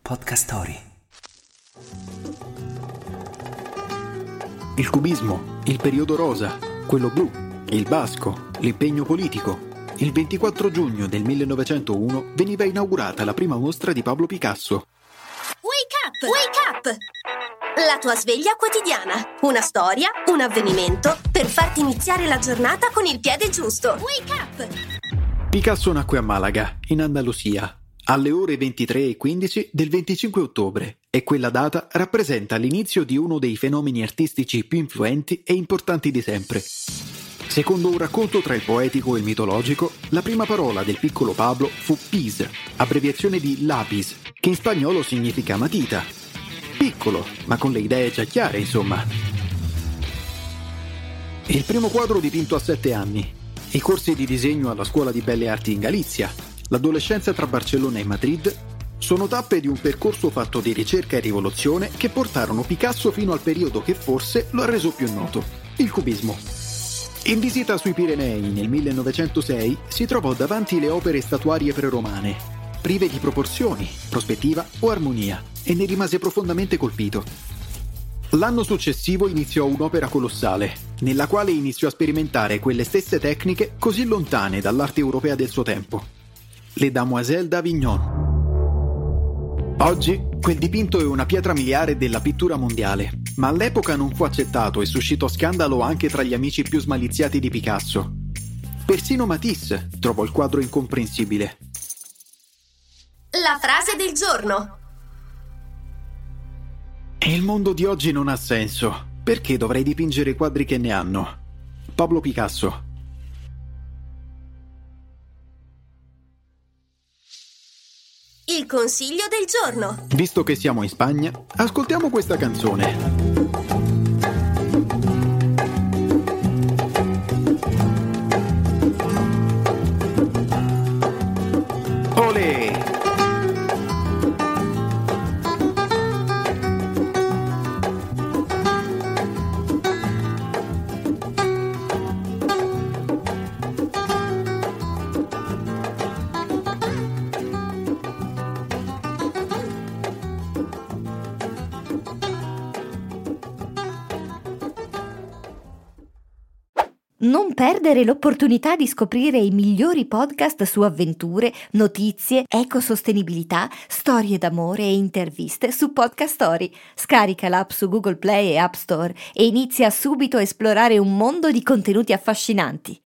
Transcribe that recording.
Podcast Story. Il cubismo, il periodo rosa, quello blu, il basco, l'impegno politico. Il 24 giugno del 1901 veniva inaugurata la prima mostra di Pablo Picasso. Wake up! Wake up! La tua sveglia quotidiana. Una storia, un avvenimento per farti iniziare la giornata con il piede giusto. Wake up! Picasso nacque a Malaga, in Andalusia, alle ore 23:15 del 25 ottobre e quella data rappresenta l'inizio di uno dei fenomeni artistici più influenti e importanti di sempre. Secondo un racconto tra il poetico e il mitologico, la prima parola del piccolo Pablo fu pis, abbreviazione di lapis, che in spagnolo significa matita. Piccolo, ma con le idee già chiare, insomma. Il primo quadro dipinto a 7 anni, i corsi di disegno alla Scuola di Belle Arti in Galizia, l'adolescenza tra Barcellona e Madrid sono tappe di un percorso fatto di ricerca e rivoluzione che portarono Picasso fino al periodo che forse lo ha reso più noto, il cubismo. In visita sui Pirenei nel 1906 si trovò davanti le opere statuarie preromane, prive di proporzioni, prospettiva o armonia, e ne rimase profondamente colpito. L'anno successivo iniziò un'opera colossale, nella quale iniziò a sperimentare quelle stesse tecniche così lontane dall'arte europea del suo tempo. Le Demoiselles d'Avignon. Oggi quel dipinto è una pietra miliare della pittura mondiale, ma all'epoca non fu accettato e suscitò scandalo anche tra gli amici più smaliziati di Picasso. Persino Matisse trovò il quadro incomprensibile. La frase del giorno. Il mondo di oggi non ha senso. Perché dovrei dipingere quadri che ne hanno? Pablo Picasso. Il consiglio del giorno. Visto che siamo in Spagna, ascoltiamo questa canzone. Olè! Non perdere l'opportunità di scoprire i migliori podcast su avventure, notizie, ecosostenibilità, storie d'amore e interviste su Podcast Story. Scarica l'app su Google Play e App Store e inizia subito a esplorare un mondo di contenuti affascinanti.